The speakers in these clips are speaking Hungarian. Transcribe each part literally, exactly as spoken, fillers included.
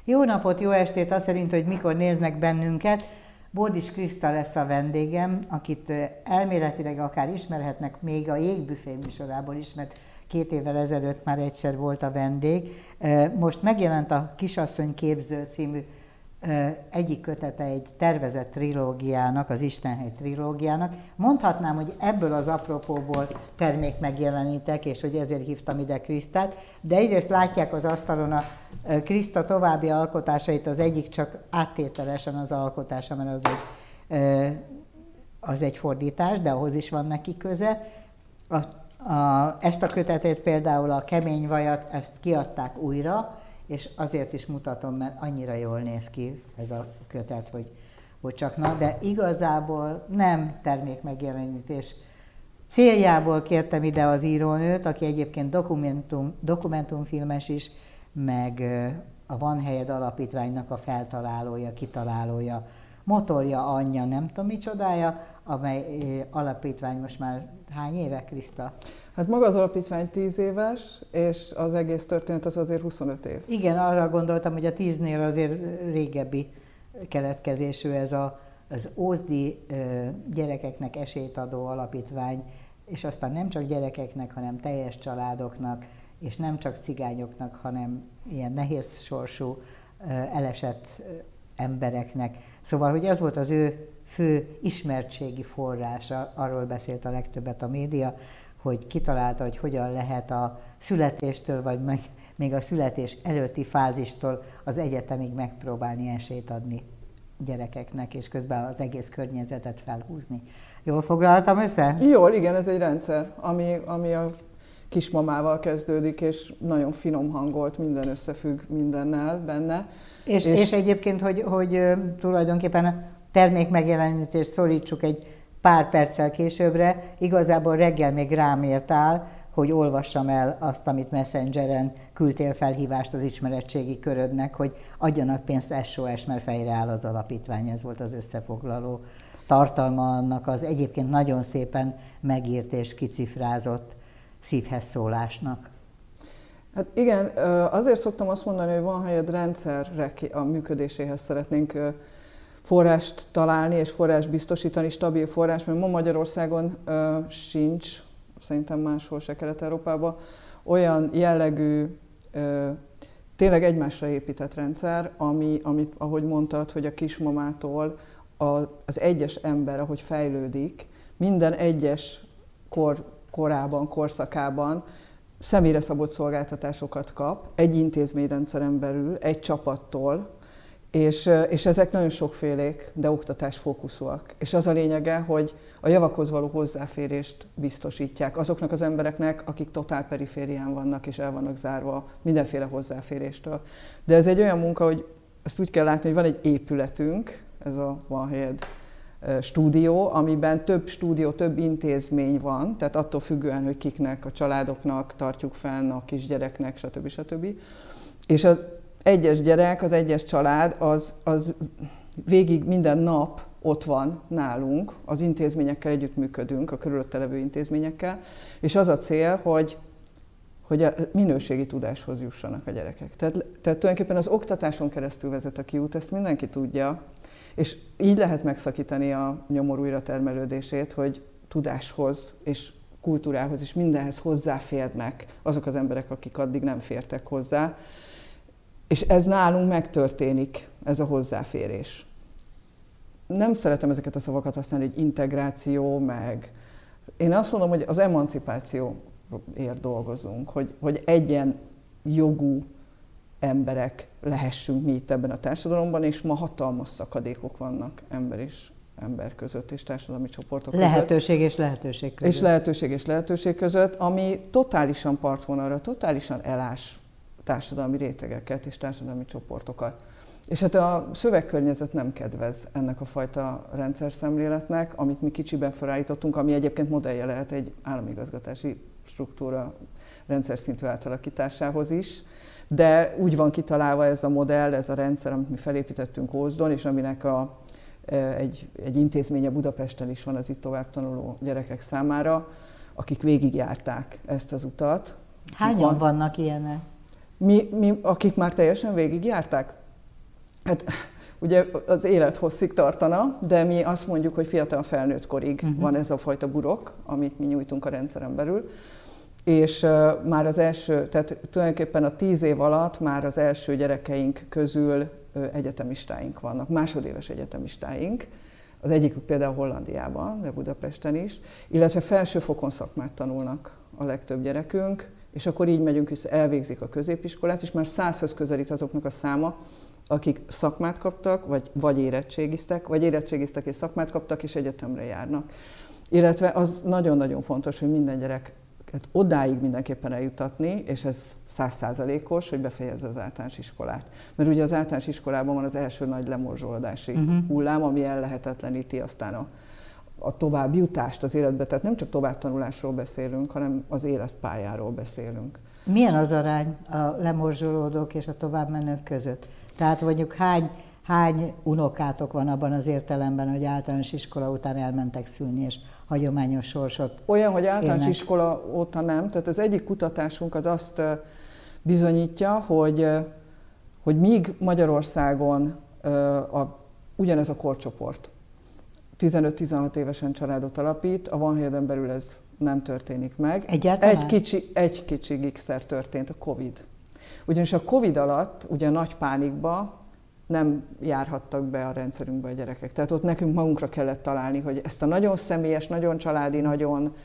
Jó napot, jó estét, azt szerint, hogy mikor néznek bennünket. Bódis Kriszta lesz a vendégem, akit elméletileg akár ismerhetnek még a Jégbüfé műsorából is, mert két évvel ezelőtt már egyszer volt a vendég. Most megjelent a Kisasszony képző című egyik kötete egy tervezett trilógiának, az Istenhely trilógiának. Mondhatnám, hogy ebből az apropóból termék megjelenítek, és hogy ezért hívtam ide Krisztát, de egyrészt látják az asztalon a Kriszta további alkotásait, az egyik csak áttételesen az alkotása, mert az egy, az egy fordítás, de ahhoz is van neki köze. A, a, ezt a kötetét például a Kemény vajat, ezt kiadták újra, és azért is mutatom, mert annyira jól néz ki ez a kötet, hogy, hogy csak na, de igazából nem termékmegjelenítés céljából kértem ide az írónőt, aki egyébként dokumentum, dokumentumfilmes is, meg a Van helyed alapítványnak a feltalálója, kitalálója, motorja, anyja, nem tudom micsodája, amely alapítvány most már hány éve, Kriszta? Hát maga az alapítvány tíz éves, és az egész történet az azért huszonöt év. Igen, arra gondoltam, hogy a tíznél azért régebbi keletkezésű ez a, az ózdi gyerekeknek esélyt adó alapítvány, és aztán nem csak gyerekeknek, hanem teljes családoknak, és nem csak cigányoknak, hanem ilyen nehéz sorsú, elesett embereknek. Szóval, hogy ez volt az ő fő ismertségi forrása, arról beszélt a legtöbbet a média, hogy kitalálta, hogy hogyan lehet a születéstől, vagy meg, még a születés előtti fázistól az egyetemig megpróbálni esélyt adni gyerekeknek, és közben az egész környezetet felhúzni. Jól foglaltam össze? Jól, igen, ez egy rendszer, ami, ami a kismamával kezdődik, és nagyon finom hangolt, minden összefügg mindennel benne. És, és, és egyébként, hogy, hogy tulajdonképpen a termékmegjelenítést szorítsuk egy pár perccel későbbre, igazából reggel még rám írtál, hogy olvassam el azt, amit Messengeren küldtél felhívást az ismeretségi körödnek, hogy adjanak pénzt es o es, mert fejre áll az alapítvány. Ez volt az összefoglaló tartalma annak az egyébként nagyon szépen megírt és kicifrázott szívhez szólásnak. Hát igen, azért szoktam azt mondani, hogy Van helyed rendszerre a működéséhez szeretnénk forrást találni és forrást biztosítani, stabil forrás, mert ma Magyarországon uh, sincs, szerintem máshol se Kelet-Európában, olyan jellegű, uh, tényleg egymásra épített rendszer, ami, amit, ahogy mondtad, hogy a kismamától a, az egyes ember, ahogy fejlődik, minden egyes kor, korában, korszakában személyre szabott szolgáltatásokat kap, egy intézményrendszeren belül, egy csapattól, És, és ezek nagyon sokfélék, de oktatásfókuszúak. És az a lényege, hogy a javakhoz való hozzáférést biztosítják azoknak az embereknek, akik totál periférián vannak és el vannak zárva mindenféle hozzáféréstől. De ez egy olyan munka, hogy ezt úgy kell látni, hogy van egy épületünk, ez a Van helyed stúdió, amiben több stúdió, több intézmény van, tehát attól függően, hogy kiknek, a családoknak tartjuk fenn, a kisgyereknek, stb. stb. És a egyes gyerek, az egyes család, az, az végig minden nap ott van nálunk, az intézményekkel együttműködünk, a körülötte levő intézményekkel, és az a cél, hogy, hogy a minőségi tudáshoz jussanak a gyerekek. Tehát, tehát tulajdonképpen az oktatáson keresztül vezet a kiút, ezt mindenki tudja, és így lehet megszakítani a nyomor újratermelődését, hogy tudáshoz és kultúrához és mindenhez hozzáférnek azok az emberek, akik addig nem fértek hozzá. És ez nálunk megtörténik, ez a hozzáférés. Nem szeretem ezeket a szavakat használni, hogy integráció, meg... Én azt mondom, hogy az emancipációért dolgozunk, hogy, hogy egyen jogú emberek lehessünk mi itt ebben a társadalomban, és ma hatalmas szakadékok vannak ember és ember között, és társadalmi csoportok között. Lehetőség és lehetőség között. És lehetőség és lehetőség között, ami totálisan partvonalra, totálisan elás társadalmi rétegeket és társadalmi csoportokat. És hát a szövegkörnyezet nem kedvez ennek a fajta rendszerszemléletnek, amit mi kicsiben felállítottunk, ami egyébként modellje lehet egy államigazgatási struktúra rendszer szintű átalakításához is, de úgy van kitalálva ez a modell, ez a rendszer, amit mi felépítettünk Ózdon, és aminek a, egy, egy intézménye Budapesten is van az itt tovább tanuló gyerekek számára, akik végigjárták ezt az utat. Hányan van, vannak ilyenek? Mi, mi, akik már teljesen végigjárták? Hát ugye az élethosszig tartana, de mi azt mondjuk, hogy fiatal felnőtt korig uh-huh. van ez a fajta burok, amit mi nyújtunk a rendszeren belül. És uh, már az első, tehát tulajdonképpen a tíz év alatt már az első gyerekeink közül uh, egyetemistáink vannak, másodéves egyetemistáink. Az egyikük például Hollandiában, de Budapesten is, illetve felsőfokon szakmát tanulnak a legtöbb gyerekünk, és akkor így megyünk vissza, elvégzik a középiskolát, és már százhoz közelít azoknak a száma, akik szakmát kaptak, vagy, vagy érettségiztek, vagy érettségiztek és szakmát kaptak, és egyetemre járnak. Illetve az nagyon-nagyon fontos, hogy minden gyerek odáig mindenképpen eljutatni, és ez száz százalékos, hogy befejezze az általános iskolát. Mert ugye az általános iskolában van az első nagy lemorzsolódási uh-huh. hullám, ami ellehetetleníti aztán a, a továbbjutást az életbe. Tehát nem csak továbbtanulásról beszélünk, hanem az életpályáról beszélünk. Milyen az arány a lemorzsolódók és a továbbmenők között? Tehát mondjuk hány, hány unokátok van abban az értelemben, hogy általános iskola után elmentek szülni, és hagyományos sorsot Olyan, hogy általános élnek. iskola óta nem. Tehát az egyik kutatásunk az azt bizonyítja, hogy, hogy míg Magyarországon a, ugyanez a korcsoport tizenöt-tizenhat évesen családot alapít, a Van Helyeden belül ez nem történik meg. Egyáltalán? Egy kicsi, egy kicsi gigszer történt, a Covid. Ugyanis a Covid alatt, ugye nagy pánikba nem járhattak be a rendszerünkbe a gyerekek. Tehát ott nekünk magunkra kellett találni, hogy ezt a nagyon személyes, nagyon családi, nagyon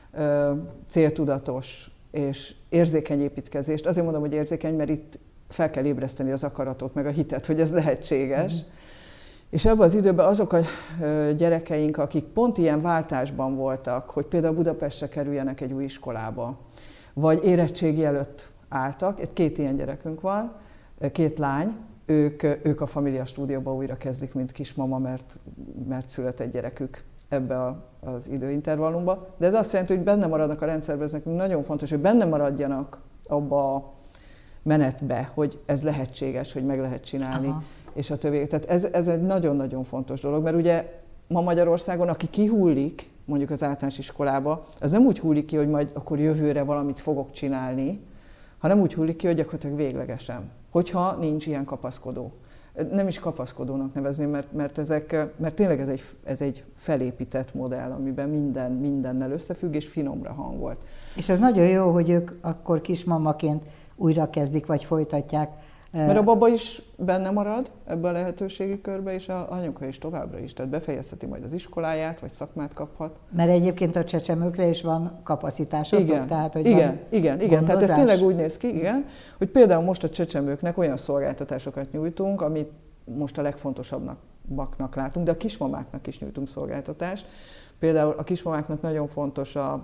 ö, céltudatos és érzékeny építkezést, azért mondom, hogy érzékeny, mert itt fel kell ébreszteni az akaratot, meg a hitet, hogy ez lehetséges. Mm. És ebben az időben azok a gyerekeink, akik pont ilyen váltásban voltak, hogy például Budapestre kerüljenek egy új iskolába, vagy érettségi előtt álltak, két ilyen gyerekünk van, két lány, ők, ők a Familia Stúdióban újra kezdik, mint kismama, mert, mert született gyerekük ebbe a, az időintervallumba. De ez azt jelenti, hogy benne maradnak a rendszerben, ez nekünk nagyon fontos, hogy benne maradjanak abba a menetbe, hogy ez lehetséges, hogy meg lehet csinálni. Aha. És a többi. Tehát ez, ez egy nagyon-nagyon fontos dolog, mert ugye ma Magyarországon, aki kihullik, mondjuk az általános iskolába, az nem úgy hullik ki, hogy majd akkor jövőre valamit fogok csinálni, hanem úgy hullik ki, hogy gyakorlatilag véglegesen, hogyha nincs ilyen kapaszkodó. Nem is kapaszkodónak nevezném, mert, mert, ezek, mert tényleg ez egy, ez egy felépített modell, amiben minden mindennel összefügg, és finomra hangolt. És ez nagyon jó, hogy ők akkor kismamaként újra kezdik, vagy folytatják. Mert a baba is benne marad ebbe a lehetőségi körbe, és az anyuka is továbbra is. Tehát befejezheti majd az iskoláját, vagy szakmát kaphat. Mert egyébként a csecsemőkre is van kapacitásotok, igen, tehát hogy igen, van igen, igen. Tehát ez tényleg úgy néz ki, igen, hogy például most a csecsemőknek olyan szolgáltatásokat nyújtunk, amit most a legfontosabbnak látunk, de a kismamáknak is nyújtunk szolgáltatást. Például a kismamáknak nagyon fontos a,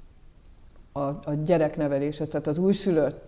a, a gyereknevelése, tehát az újszülött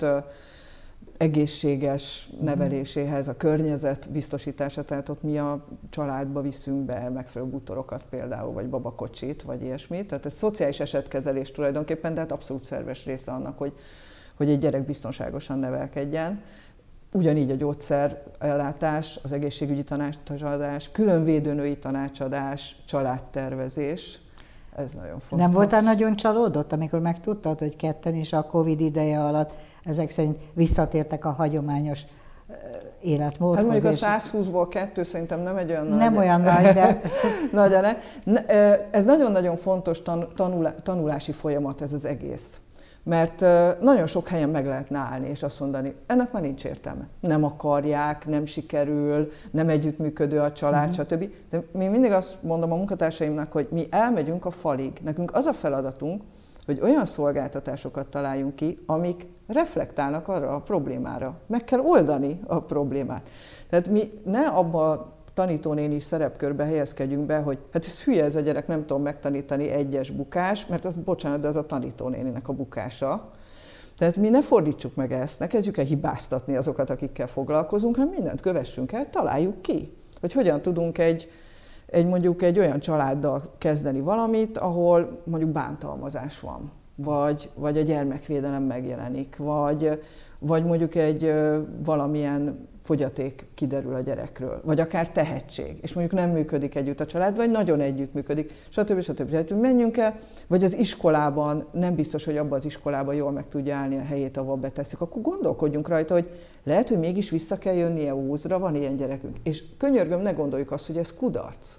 egészséges neveléséhez, a környezet biztosítása, tehát ott mi a családba viszünk be megfelelő bútorokat például, vagy babakocsit, vagy ilyesmit. Tehát ez szociális esetkezelés tulajdonképpen, de hát abszolút szerves része annak, hogy, hogy egy gyerek biztonságosan nevelkedjen. Ugyanígy a gyógyszerellátás, az egészségügyi tanácsadás, külön védőnői tanácsadás, családtervezés. Ez nagyon fontos. Nem voltál nagyon csalódott, amikor megtudtad, hogy ketten is a Covid ideje alatt ezek szerint visszatértek a hagyományos életmódhoz? Hát mondjuk a száz húszból kettő szerintem nem egy olyan nem nagy... olyan nagy, de... nagy, ez nagyon-nagyon fontos tanulási folyamat ez az egész. Mert nagyon sok helyen meg lehetne állni és azt mondani, ennek már nincs értelme. Nem akarják, nem sikerül, nem együttműködő a család, uh-huh. stb. De mi mindig azt mondom a munkatársaimnak, hogy mi elmegyünk a falig. Nekünk az a feladatunk, hogy olyan szolgáltatásokat találjunk ki, amik reflektálnak arra a problémára. Meg kell oldani a problémát. Tehát mi ne abba a tanítónéni szerepkörbe helyezkedjünk be, hogy hát ez hülye ez a gyerek, nem tudom megtanítani egyes bukás, mert az, bocsánat, de az a tanítónéninek a bukása. Tehát mi ne fordítsuk meg ezt, ne kezdjük el hibáztatni azokat, akikkel foglalkozunk, hanem mindent kövessünk el, találjuk ki, hogy hogyan tudunk egy, egy mondjuk egy olyan családdal kezdeni valamit, ahol mondjuk bántalmazás van. vagy, vagy a gyermekvédelem megjelenik, vagy, vagy mondjuk egy valamilyen fogyaték kiderül a gyerekről, vagy akár tehetség, és mondjuk nem működik együtt a család, vagy nagyon együtt működik, stb. stb. stb. Menjünk el, vagy az iskolában nem biztos, hogy abban az iskolában jól meg tudja állni a helyét, ahol betesszük, akkor gondolkodjunk rajta, hogy lehet, hogy mégis vissza kell jönnie Ózra, van ilyen gyerekünk. És könyörgöm, ne gondoljuk azt, hogy ez kudarc.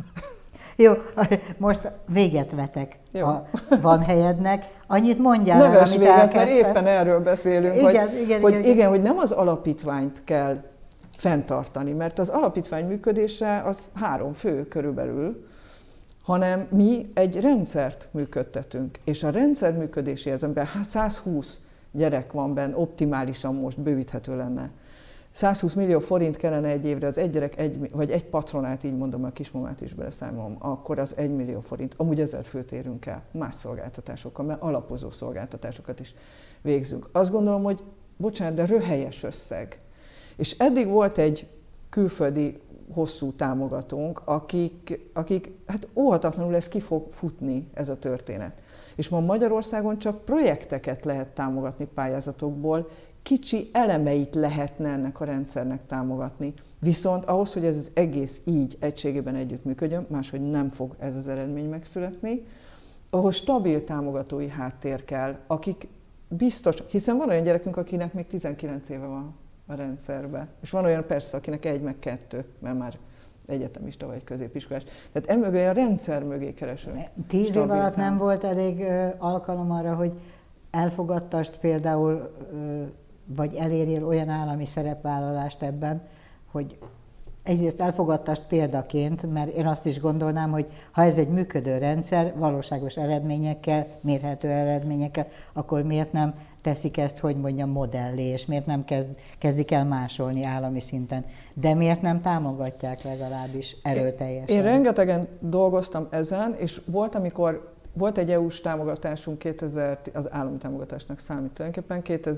Jó, most véget vetek Jó. a van helyednek. Annyit mondjál el, amit véget, elkezdtem. Mert éppen erről beszélünk, igen, hogy, igen, hogy, igen, igen, hogy nem az alapítványt kell fenntartani, mert az alapítvány működése az három fő körülbelül, hanem mi egy rendszert működtetünk, és a rendszer működéséhez, amiben százhúsz gyerek van benne, optimálisan most bővíthető lenne. százhúsz millió forint kellene egy évre, az egy gyerek, egy, vagy egy patronát, így mondom, a kismamát is beleszámolom, akkor az egy millió forint. Amúgy ezer főt érünk el más szolgáltatásokkal, mert alapozó szolgáltatásokat is végzünk. Azt gondolom, hogy bocsánat, de röhelyes összeg. És eddig volt egy külföldi hosszú támogatónk, akik, akik hát óhatatlanul ez ki fog futni, ez a történet. És ma Magyarországon csak projekteket lehet támogatni pályázatokból, kicsi elemeit lehetne ennek a rendszernek támogatni. Viszont ahhoz, hogy ez az egész így egységében együttműködjön, máshogy nem fog ez az eredmény megszületni, ahhoz stabil támogatói háttér kell, akik biztos, hiszen van olyan gyerekünk, akinek még tizenkilenc éve van a rendszerbe, és van olyan persze, akinek egy meg kettő, mert már egyetemista vagy középiskolás. Tehát emögé a rendszer mögé keresünk. Tíz év alatt nem volt elég ö, alkalom arra, hogy elfogadtast például, ö, vagy elérjél olyan állami szerepvállalást ebben, hogy egyrészt elfogadtast példaként, mert én azt is gondolnám, hogy ha ez egy működő rendszer, valóságos eredményekkel, mérhető eredményekkel, akkor miért nem teszik ezt, hogy mondjam, modellé, és miért nem kezd, kezdik el másolni állami szinten. De miért nem támogatják legalábbis erőteljesen? Én rengetegen dolgoztam ezen, és volt, amikor volt egy é u-s támogatásunk, kétezer, az állami támogatásnak számít tulajdonképpen,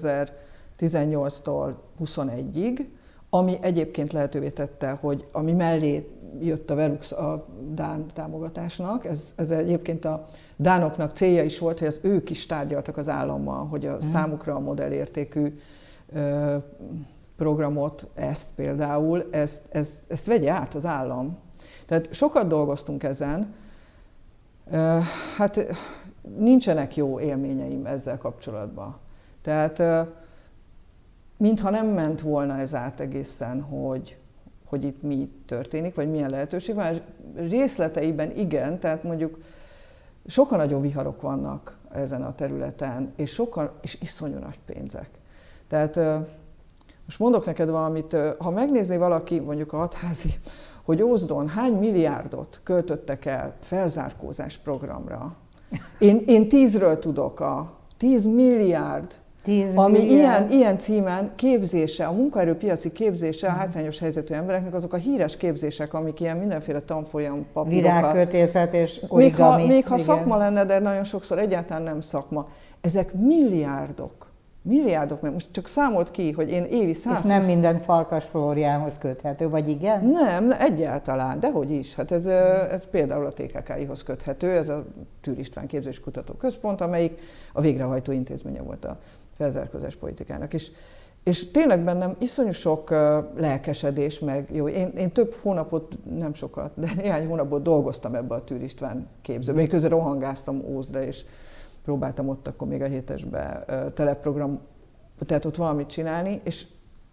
kétezer-tizennyolctól huszonegyig, ami egyébként lehetővé tette, hogy ami mellé jött a Velux a dán támogatásnak, ez, ez egyébként a dánoknak célja is volt, hogy az ők is tárgyaltak az állammal, hogy a mm. számukra a modellértékű ö, programot, ezt például, ezt, ezt, ezt vegye át az állam. Tehát sokat dolgoztunk ezen, ö, hát nincsenek jó élményeim ezzel kapcsolatban. Tehát ö, mintha nem ment volna ez át egészen, hogy, hogy itt mi történik, vagy milyen lehetőség van. Részleteiben igen, tehát mondjuk sokkal nagyobb viharok vannak ezen a területen, és sokkal, és iszonyú nagy pénzek. Tehát most mondok neked valamit, ha megnézni valaki, mondjuk a hatházi, hogy Ózdon hány milliárdot költöttek el felzárkózás programra. Én, én tízről tudok, a tíz milliárd, ami ilyen, ilyen címen képzése, a munkaerőpiaci képzése a hátrányos helyzetű embereknek, azok a híres képzések, amik ilyen mindenféle tanfolyam papírokat. Virágköltészet és origami. Még ha, még ha szakma lenne, de nagyon sokszor egyáltalán nem szakma. Ezek milliárdok. Milliárdok, mert most csak számolt ki, hogy én évi százhúsz... És nem minden Farkas Flóriánhoz köthető, vagy igen? Nem, egyáltalán, dehogy is. Hát ez, ez például a té ká ká i-hoz köthető, ez a Tűr István Képzés Kutató Központ, amelyik a végrehajtó intézménye volt a felzárkózás politikának. És, és tényleg bennem iszonyú sok uh, lelkesedés, meg jó, én, én több hónapot, nem sokat, de néhány hónapot dolgoztam ebbe a Tűr István képzőbe. Én közben rohangáztam Ózdra, és próbáltam ott akkor még a hétesbe uh, teleprogram, tehát ott valamit csinálni, és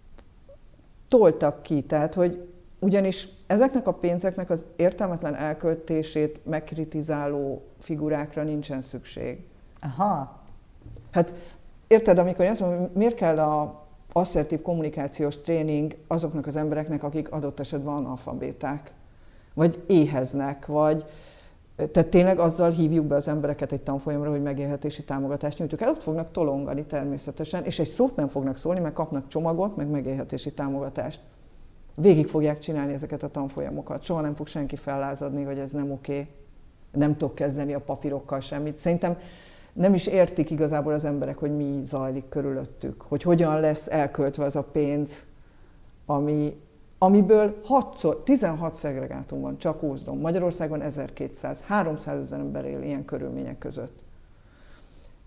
toltak ki, tehát hogy ugyanis ezeknek a pénzeknek az értelmetlen elköltését megkritizáló figurákra nincsen szükség. Aha. Hát érted, amikor azt mondom, miért kell a asszertív kommunikációs tréning azoknak az embereknek, akik adott esetben analfabéták, vagy éheznek, vagy tehát tényleg azzal hívjuk be az embereket egy tanfolyamra, hogy megélhetési támogatást nyújtunk. Hát ott fognak tolongani természetesen, és egy szót nem fognak szólni, mert kapnak csomagot, meg megélhetési támogatást. Végig fogják csinálni ezeket a tanfolyamokat. Soha nem fog senki fellázadni, hogy ez nem oké. Nem tudok kezdeni a papírokkal semmit. Szerintem nem is értik igazából az emberek, hogy mi zajlik körülöttük, hogy hogyan lesz elköltve az a pénz, ami, amiből hatszor, tizenhat szegregátum van csak Ózdon, Magyarországon ezerkétszáz, háromszázezer ember él ilyen körülmények között.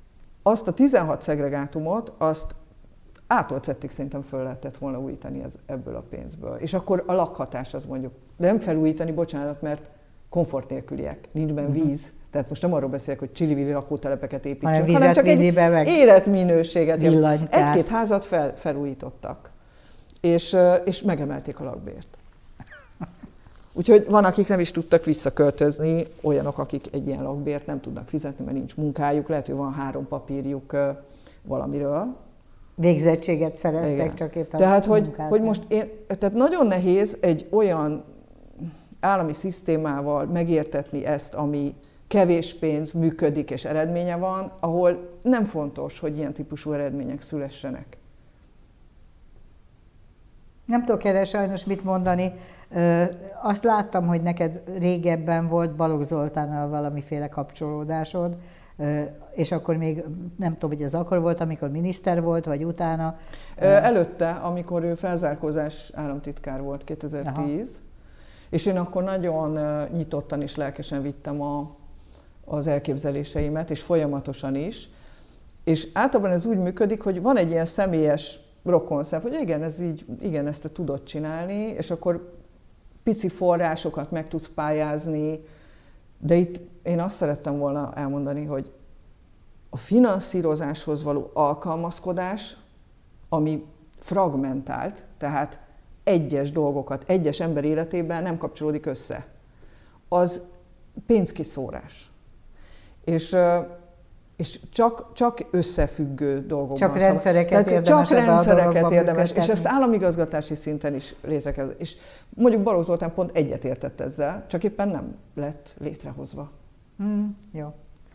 azt a tizenhat szegregátumot, azt ától szettig szerintem föl lehetett volna újítani ez, ebből a pénzből. És akkor a lakhatás az mondjuk, de nem felújítani, bocsánat, mert komfort nélküliek, nincs benne víz, tehát most nem arról beszélek, hogy csili-vili lakótelepeket építsünk, hanem, hanem csak egy meg életminőséget. Egy-két házat fel, felújítottak, és, és megemelték a lakbért. Úgyhogy van, akik nem is tudtak visszaköltözni, olyanok, akik egy ilyen lakbért nem tudnak fizetni, mert nincs munkájuk, lehet, hogy van három papírjuk valamiről. Végzettséget szereztek, igen. Csak éppen tehát, hogy, hogy most én, tehát nagyon nehéz egy olyan állami szisztémával megértetni ezt, ami kevés pénz, működik és eredménye van, ahol nem fontos, hogy ilyen típusú eredmények szülessenek. Nem tudok erre sajnos mit mondani. Azt láttam, hogy neked régebben volt Balogh Zoltánnal valamiféle kapcsolódásod, és akkor még nem tudom, hogy ez akkor volt, amikor miniszter volt, vagy utána? Előtte, amikor ő felzárkózás államtitkár volt kétezer-tíz, aha. És én akkor nagyon nyitottan és lelkesen vittem a, az elképzeléseimet, és folyamatosan is. És általában ez úgy működik, hogy van egy ilyen személyes rokonszem, hogy igen, ez így, igen, ezt te tudod csinálni, és akkor pici forrásokat meg tudsz pályázni, de itt én azt szerettem volna elmondani, hogy a finanszírozáshoz való alkalmazkodás, ami fragmentált, tehát egyes dolgokat, egyes ember életében nem kapcsolódik össze, az pénzkiszórás. És, és csak, csak összefüggő dolgokban. Csak rendszereket érdemes. Csak rendszereket érdemes, és ezt államigazgatási szinten is létre kell. És mondjuk Balogh Zoltán pont egyet értett ezzel, csak éppen nem lett létrehozva. Hmm, jó.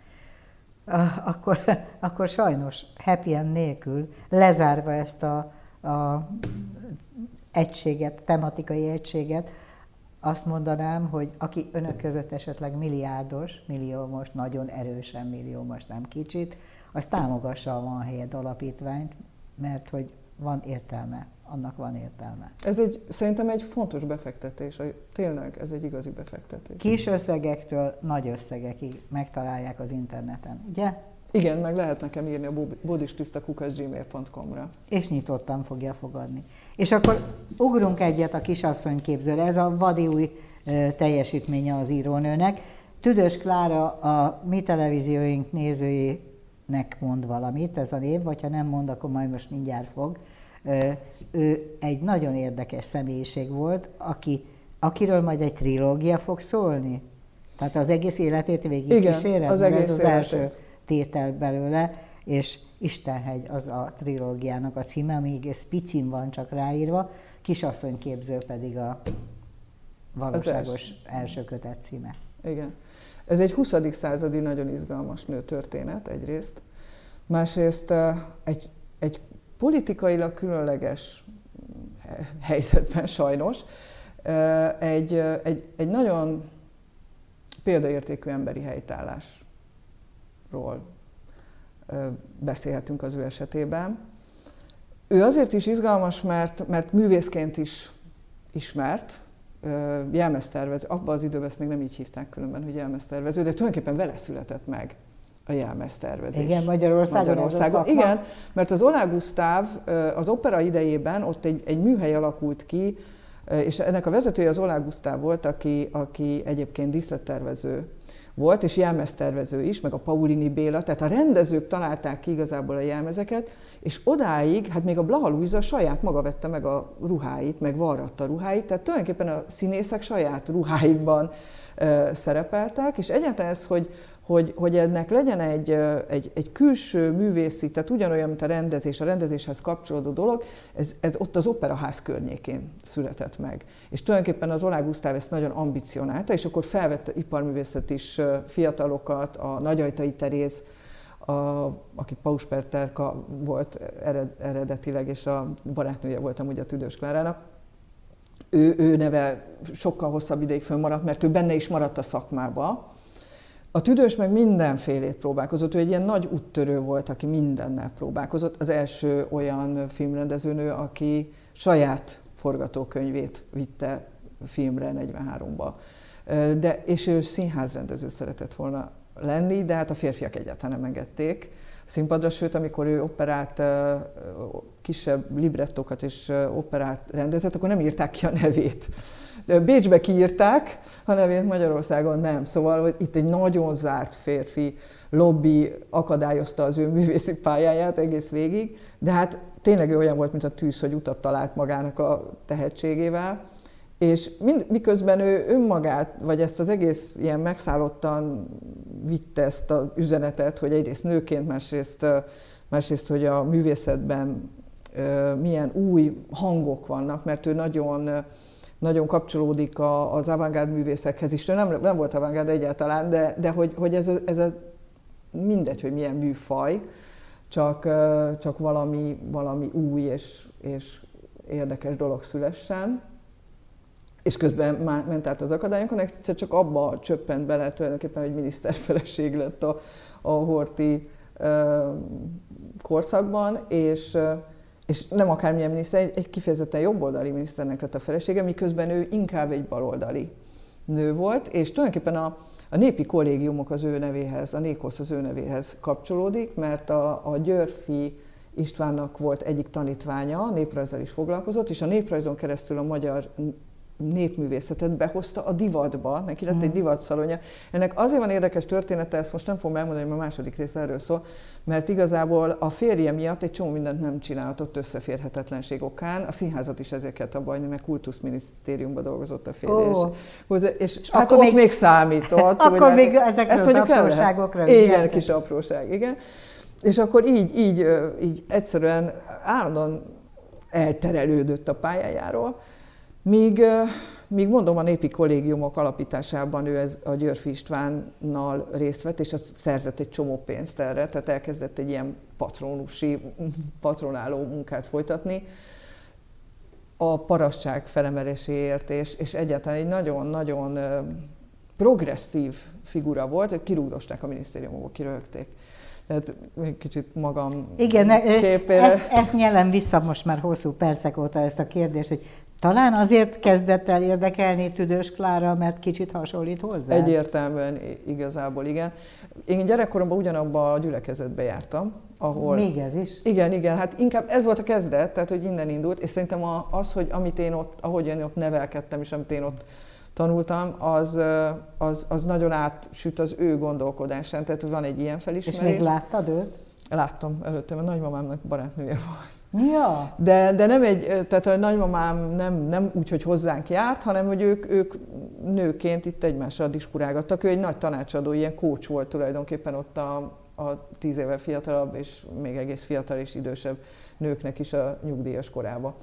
Akkor, akkor sajnos happy end nélkül, lezárva ezt a, a egységet, tematikai egységet, azt mondanám, hogy aki önök között esetleg milliárdos, milliómos, nagyon erősen milliómos, nem kicsit, az támogassa a Van Helyed Alapítványt, mert hogy van értelme, annak van értelme. Ez egy, szerintem egy fontos befektetés, tényleg ez egy igazi befektetés. Kis összegektől nagy összegekig megtalálják az interneten, ugye? Igen, meg lehet nekem írni a bodiskrista kukac gmail pont com-ra. És nyitottan fogja fogadni. És akkor ugrunk egyet a kisasszonyképzőre, ez a vadi új teljesítménye az írónőnek. Tüdös Klára a mi televízióink nézőinek mond valamit, ez a név, vagy ha nem mond, akkor majd most mindjárt fog. Ő egy nagyon érdekes személyiség volt, aki, akiről majd egy trilógia fog szólni. Tehát az egész életét végig kíséred, az egész ez az életét. első tétel belőle, és Istenhegy az a trilógiának a címe, amíg ez picin van csak ráírva, Kisasszonyképző pedig a valóságos első. első kötet címe. Igen. Ez egy huszadik századi nagyon izgalmas nőtörténet egyrészt, másrészt egy, egy politikailag különleges helyzetben sajnos, egy, egy, egy nagyon példaértékű emberi helytállásról beszélhetünk az ő esetében. Ő azért is izgalmas, mert, mert művészként is ismert, jelmeztervező, abban az időben ezt még nem így hívták különben, hogy jelmeztervező, de tulajdonképpen vele született meg a jelmeztervezés. Igen, Magyarországon. Magyarországon. Igen, mert az Oláh Gusztáv az opera idejében ott egy, egy műhely alakult ki, és ennek a vezetője az Oláh Gusztáv volt, aki, aki egyébként díszlettervező volt, és jelmeztervező is, meg a Paulini Béla, tehát a rendezők találták ki igazából a jelmezeket, és odáig, hát még a Blaha Lujza saját maga vette meg a ruháit, meg varratta a ruháit, tehát tulajdonképpen a színészek saját ruháikban uh, szerepeltek, és egyáltalán ez, hogy, hogy, hogy ennek legyen egy, egy, egy külső művészi, tehát ugyanolyan, mint a rendezés, a rendezéshez kapcsolódó dolog, ez, ez ott az Operaház környékén született meg. És tulajdonképpen az Oláh Gusztáv ezt nagyon ambicionálta, és akkor felvett iparművészet is fiatalokat, a Nagyajtai Teréz, a, aki Pausperterka volt ered, eredetileg, és a barátnője volt amúgy a Tüdös Klárának. Ő, ő neve sokkal hosszabb ideig fönnmaradt, mert ő benne is maradt a szakmába. A Tüdös meg mindenfélét próbálkozott, ő egy ilyen nagy úttörő volt, aki mindennel próbálkozott. Az első olyan filmrendezőnő, aki saját forgatókönyvét vitte filmre negyvenháromba. De, és ő színházrendező szeretett volna lenni, de hát a férfiak egyáltalán nem engedték a színpadra, sőt, amikor ő operált, kisebb librettókat és operát rendezett, akkor nem írták ki a nevét. Bécsbe kiírták, a nevét Magyarországon nem. Szóval hogy itt egy nagyon zárt férfi lobby akadályozta az ő művészi pályáját egész végig, de hát tényleg ő olyan volt, mint a tűz, hogy utat talált magának a tehetségével, és mind, miközben ő önmagát, vagy ezt az egész ilyen megszállottan vitte ezt az üzenetet, hogy egyrészt nőként, másrészt, másrészt hogy a művészetben milyen új hangok vannak, mert ő nagyon, nagyon kapcsolódik az avantgárd művészekhez is. Ő nem, nem volt avantgárd egyáltalán, de, de hogy, hogy ez, a, ez a, mindegy, hogy milyen műfaj, csak, csak valami, valami új és, és érdekes dolog szülessen. És közben már ment át az akadályokon, egyszer csak abba csöppent bele tulajdonképpen, hogy miniszterfeleség lett a, a Horthy uh, korszakban, és, uh, és nem akármilyen miniszter, egy, egy kifejezetten jobboldali miniszternek lett a felesége, miközben ő inkább egy baloldali nő volt, és tulajdonképpen a, a népi kollégiumok az ő nevéhez, a Nékosz az ő nevéhez kapcsolódik, mert a, a Györffy Istvánnak volt egyik tanítványa, néprajzzal is foglalkozott, és a néprajzon keresztül a magyar népművészetet behozta a divatba, neki lett egy divatszalonja. Ennek azért van érdekes története, ezt most nem fogom elmondani, mert a második rész erről szól, mert igazából a férje miatt egy csomó mindent nem csinálhatott összeférhetetlenség okán. A színházat is ezért kellett abba hagyni, mert kultuszminisztériumban dolgozott a férje. Oh. És, és, és hát ott még, még számított. Akkor ugye, még ezekről az apróságokra. Igen, kis apróság, igen. És akkor így, így, így egyszerűen állandóan elterelődött a pályájáról. Míg, míg mondom, a népi kollégiumok alapításában ő ez, a Györffy Istvánnal részt vett, és szerzett egy csomó pénzt erre, tehát elkezdett egy ilyen patronusi, patronáló munkát folytatni a parasztság felemeléséért, és, és egyáltalán egy nagyon-nagyon progresszív figura volt, kirúgdosták a minisztériumokból, kirögték. Tehát egy kicsit magam Igen, képére. Ezt, ezt nyelem vissza most már hosszú percek óta ezt a kérdést, hogy talán azért kezdett el érdekelni Tüdős Klára, mert kicsit hasonlít hozzá? Egyértelműen igazából igen. Én gyerekkoromban ugyanabban a gyülekezetbe jártam, ahol... Még ez is? Igen, igen, hát inkább ez volt a kezdet, tehát hogy innen indult, és szerintem az, hogy amit én ott, ahogy én ott nevelkedtem, és amit én ott tanultam, az, az, az nagyon átsüt az ő gondolkodásán, tehát van egy ilyen felismerés. És még láttad őt? Láttam előttem, a nagymamámnak barátnője volt. Ja. De, de nem egy, tehát a nagymamám nem, nem úgy, hogy hozzánk járt, hanem hogy ők, ők nőként itt egymással diskurálgattak. Ő egy nagy tanácsadó, ilyen coach volt tulajdonképpen ott a, a tíz éve fiatalabb, és még egész fiatal és idősebb nőknek is a nyugdíjas korába.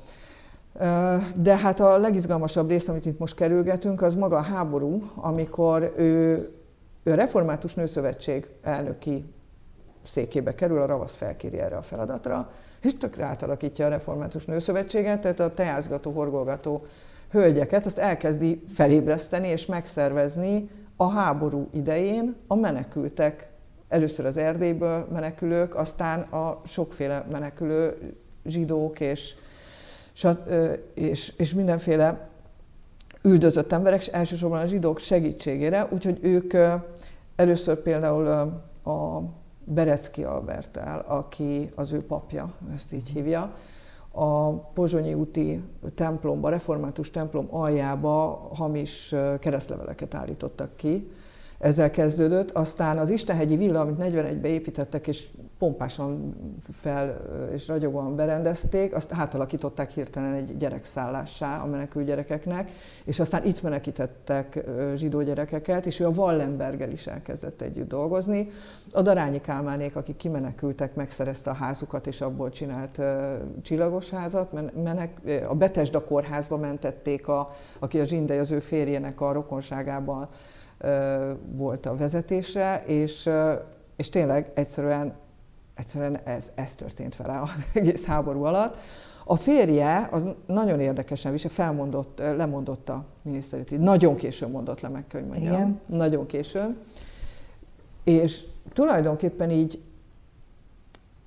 De hát a legizgalmasabb rész, amit itt most kerülgetünk, az maga a háború, amikor ő, ő a Református Nőszövetség elnöki székébe kerül, a Ravasz felkéri erre a feladatra, és tökre átalakítja a Református Nőszövetséget, tehát a teázgató, horgolgató hölgyeket, azt elkezdi felébreszteni és megszervezni a háború idején a menekültek, először az Erdélyből menekülők, aztán a sokféle menekülő zsidók és, és, és mindenféle üldözött emberek, és elsősorban a zsidók segítségére, úgyhogy ők először például a Berecki Alberttel, aki az ő papja, ezt így hívja, a Pozsonyi úti templomba, református templom aljába hamis keresztleveleket állítottak ki. Ezzel kezdődött. Aztán az Istenhegyi villa, amit negyvenegyben építettek, és pompásan fel és ragyogóan berendezték, azt átalakították hirtelen egy gyerekszállássá a menekült gyerekeknek, és aztán itt menekítettek zsidó gyerekeket, és ő a Wallenberggel is elkezdett együtt dolgozni. A Darányi Kálmánék, akik kimenekültek, megszerezte a házukat, és abból csinált csillagos házat. Menek, a Betesda kórházba mentették, a, aki a Zsindely, az ő férjének a rokonságában volt a vezetése, és, és tényleg egyszerűen, egyszerűen ez, ez történt vele az egész háború alatt. A férje az nagyon érdekesen visel, felmondott, lemondott a miniszteri, nagyon későn mondott le, meg kell, hogy mondjam. Igen. Nagyon későn. És tulajdonképpen így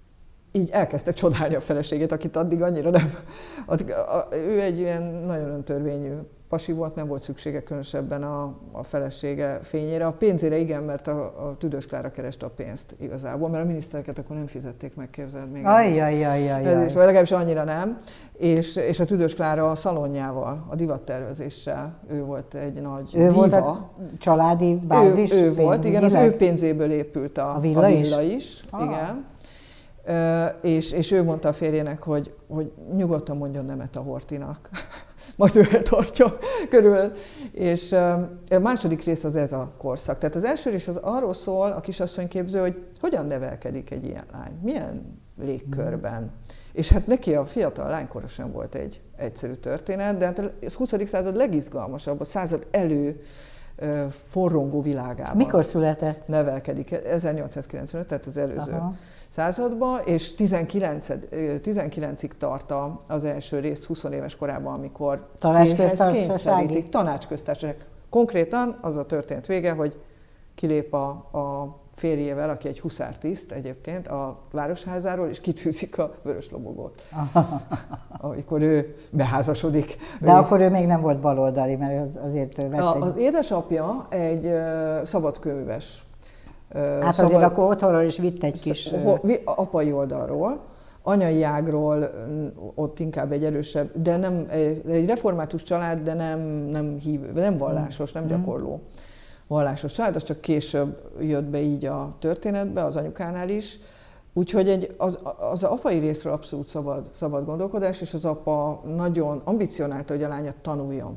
így elkezdte csodálni a feleségét, akit addig annyira nem... Addig, a, ő egy ilyen nagyon öntörvényű pasi volt, nem volt szüksége különösebben a, a felesége fényére. A pénzére igen, mert a, a Tüdős Klára kereste a pénzt igazából, mert a minisztereket akkor nem fizették meg, képzeld még. Ajjajjajjaj. Ez is, vagy legalábbis annyira nem. És, és a Tüdős Klára a szalonjával, a divattervezéssel, ő volt egy nagy ő diva. Volt a családi bázis? Ő, ő volt, igen, az ő pénzéből épült a, a villa, a villa is. is ah. igen. Uh, és, és ő mondta a férjének, hogy, hogy nyugodtan mondjon nemet a Horthynak. Majd ő eltartja körül. És uh, a második rész az ez a korszak. Tehát az első rész az arról szól, a kisasszonyképző, hogy hogyan nevelkedik egy ilyen lány, milyen légkörben. Mm. És hát neki a fiatal lánykorosan volt egy egyszerű történet, de hát a huszadik század legizgalmasabb, a század elő uh, forrongó világában. Mikor született? Nevelkedik, ezernyolcszázkilencvenöt, tehát az előző Aha. században, és tizenkilencig tart az első rész húsz éves korában, amikor tanácsköztársasági. Tanácsköztársaság. Konkrétan az a történt vége, hogy kilép a, a férjével, aki egy huszártiszt egyébként, a városházáról, és kitűzik a vörös lobogót. Amikor ő beházasodik. De ő... akkor ő még nem volt baloldali, mert azért ő vett a, egy... Az édesapja egy uh, szabadkőműves. Uh, hát szabad... azért akkor otthonról is vitt egy kis... Uh... Apai oldalról. Anyai ágról ott inkább egy erősebb, de nem egy református család, de nem, nem, hív, nem vallásos, nem gyakorló vallásos család, az csak később jött be így a történetbe, az anyukánál is. Úgyhogy egy, az, az apai részről abszolút szabad, szabad gondolkodás, és az apa nagyon ambicionálta, hogy a lánya tanuljon.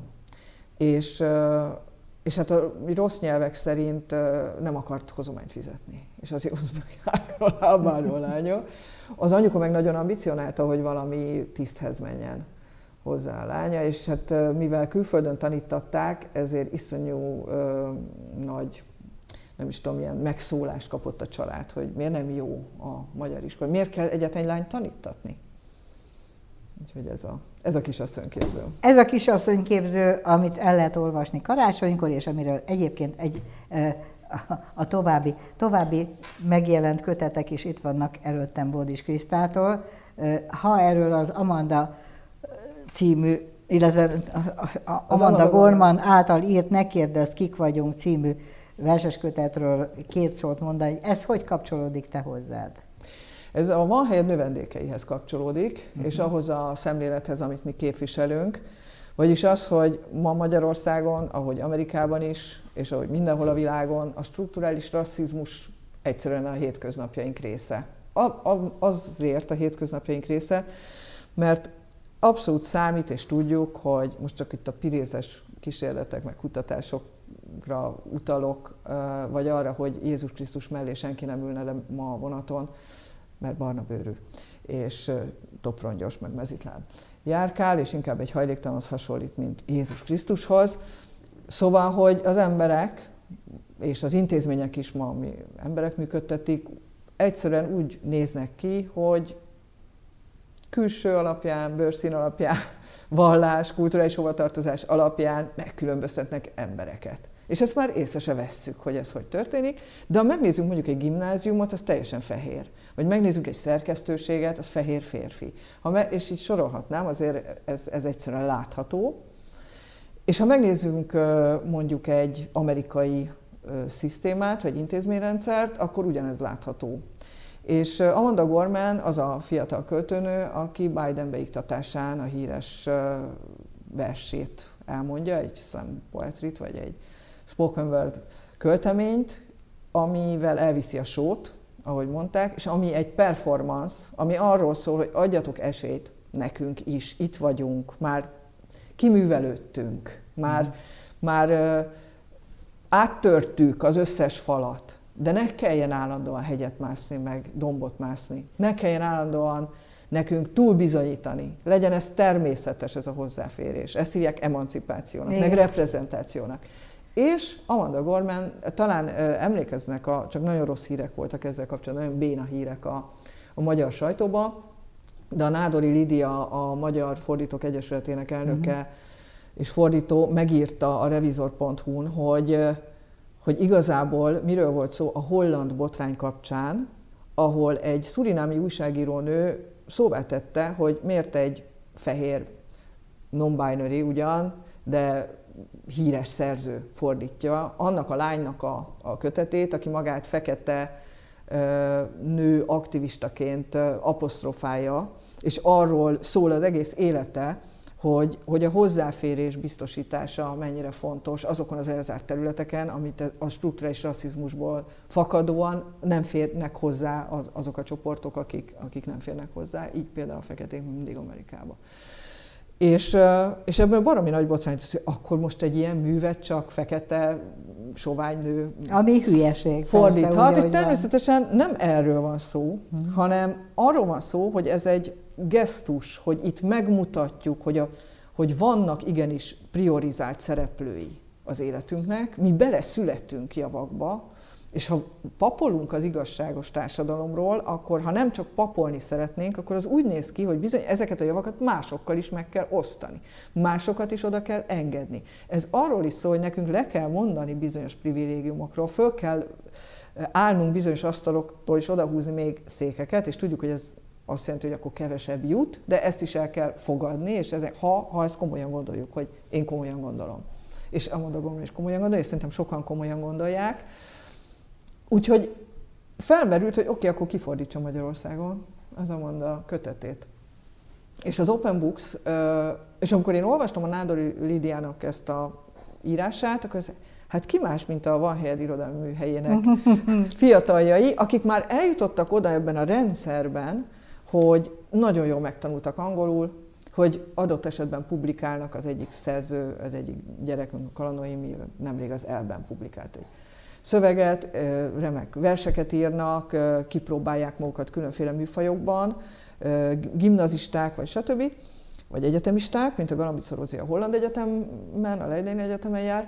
És, és hát a rossz nyelvek szerint nem akart hozományt fizetni. És azért a lábáról lánya. Az anyuka meg nagyon ambicionálta, hogy valami tiszthez menjen hozzá a lánya, és hát mivel külföldön tanítatták, ezért iszonyú ö, nagy, nem is tudom, ilyen megszólást kapott a család, hogy miért nem jó a magyar iskola, miért kell egyetlen lányt tanítatni. Úgyhogy ez a, ez a kisasszonyképző. Ez a kisasszonyképző, amit el lehet olvasni karácsonykor, és amiről egyébként egy, a további, további megjelent kötetek is itt vannak előttem Bódis Krisztától. Ha erről az Amanda című, illetve Amanda Gorman által írt Ne kérdezd, kik vagyunk című verseskötetről két szót mondani, ez hogy kapcsolódik te hozzád? Ez a Van helyed növendékeihez kapcsolódik, uh-huh. és ahhoz a szemlélethez, amit mi képviselünk. Vagyis az, hogy ma Magyarországon, ahogy Amerikában is, és ahogy mindenhol a világon, a strukturális rasszizmus egyszerűen a hétköznapjaink része. A, a, azért a hétköznapjaink része, mert abszolút számít, és tudjuk, hogy most csak itt a pirézes kísérletek, meg kutatásokra utalok, vagy arra, hogy Jézus Krisztus mellé senki nem ülne le ma a vonaton, mert barna bőrű, és toprongyos, meg mezitláb járkál, és inkább egy hajléktalanhoz hasonlít, mint Jézus Krisztushoz. Szóval, hogy az emberek, és az intézmények is ma, ami emberek működtetik, egyszerűen úgy néznek ki, hogy külső alapján, bőrszín alapján, vallás, kulturális hovatartozás alapján megkülönböztetnek embereket. És ezt már észre se vesszük, hogy ez hogy történik, de ha megnézzük mondjuk egy gimnáziumot, az teljesen fehér. Vagy megnézzük egy szerkesztőséget, az fehér férfi. Ha me- és így sorolhatnám, azért ez, ez egyszerűen látható. És ha megnézzünk mondjuk egy amerikai szisztémát, vagy intézményrendszert, akkor ugyanez látható. És Amanda Gorman az a fiatal költőnő, aki Biden beiktatásán a híres versét elmondja, egy slam poetryt, vagy egy spoken word költeményt, amivel elviszi a sót, ahogy mondták, és ami egy performance, ami arról szól, hogy adjatok esélyt nekünk is, itt vagyunk, már kiművelődtünk, már, mm. már uh, áttörtük az összes falat, de ne kelljen állandóan hegyet mászni, meg dombot mászni. Ne kelljen állandóan nekünk túlbizonyítani. Legyen ez természetes, ez a hozzáférés. Ezt hívják emancipációnak, igen, meg reprezentációnak. És Amanda Gorman, talán emlékeznek, a, csak nagyon rossz hírek voltak ezzel kapcsolatban, nagyon béna hírek a, a magyar sajtóban, de a Nádori Lidia, a Magyar Fordítók Egyesületének elnöke uh-huh. és fordító megírta a revizor pont hu-n, hogy hogy igazából miről volt szó a holland botrány kapcsán, ahol egy szurinámi újságírónő szóvá tette, hogy miért egy fehér, non-binary ugyan, de híres szerző fordítja annak a lánynak a, a kötetét, aki magát fekete nő aktivistaként apostrofálja, és arról szól az egész élete, hogy, hogy a hozzáférés biztosítása mennyire fontos azokon az elzárt területeken, amit a strukturális rasszizmusból fakadóan nem férnek hozzá az, azok a csoportok, akik, akik nem férnek hozzá, így például a feketék mindig Amerikába. És, és ebből baromi nagy botrány, hogy akkor most egy ilyen művet csak fekete sovány nő ami hülyeség fordíthat, persze, és természetesen van. Nem erről van szó, hmm. hanem arról van szó, hogy ez egy gesztus, hogy itt megmutatjuk, hogy, a, hogy vannak igenis priorizált szereplői az életünknek, mi beleszülettünk javakba, és ha papolunk az igazságos társadalomról, akkor ha nem csak papolni szeretnénk, akkor az úgy néz ki, hogy bizony ezeket a javakat másokkal is meg kell osztani. Másokat is oda kell engedni. Ez arról is szól, hogy nekünk le kell mondani bizonyos privilégiumokról, föl kell állnunk bizonyos asztaloktól és odahúzni még székeket, és tudjuk, hogy ez azt jelenti, hogy akkor kevesebb jut, de ezt is el kell fogadni, és ezek, ha, ha ezt komolyan gondoljuk, hogy én komolyan gondolom. És a mondagom is komolyan gondolja, és szerintem sokan komolyan gondolják. Úgyhogy felmerült, hogy oké, okay, akkor kifordítsa Magyarországon az Amanda kötetét. És az Open Books, és amikor én olvastam a Nádori Lídiának ezt a írását, akkor ez, hát ki más, mint a Van helyed irodalmi műhelyének fiataljai, akik már eljutottak oda ebben a rendszerben, hogy nagyon jól megtanultak angolul, hogy adott esetben publikálnak, az egyik szerző, az egyik gyerekünk, a Kalanoimi, nemrég az Elben publikált egy szöveget, remek verseket írnak, kipróbálják magukat különféle műfajokban, gimnazisták, vagy stb., vagy egyetemisták, mint a Galambic Rózia a Holland Egyetemen, a Leideni Egyetemen jár.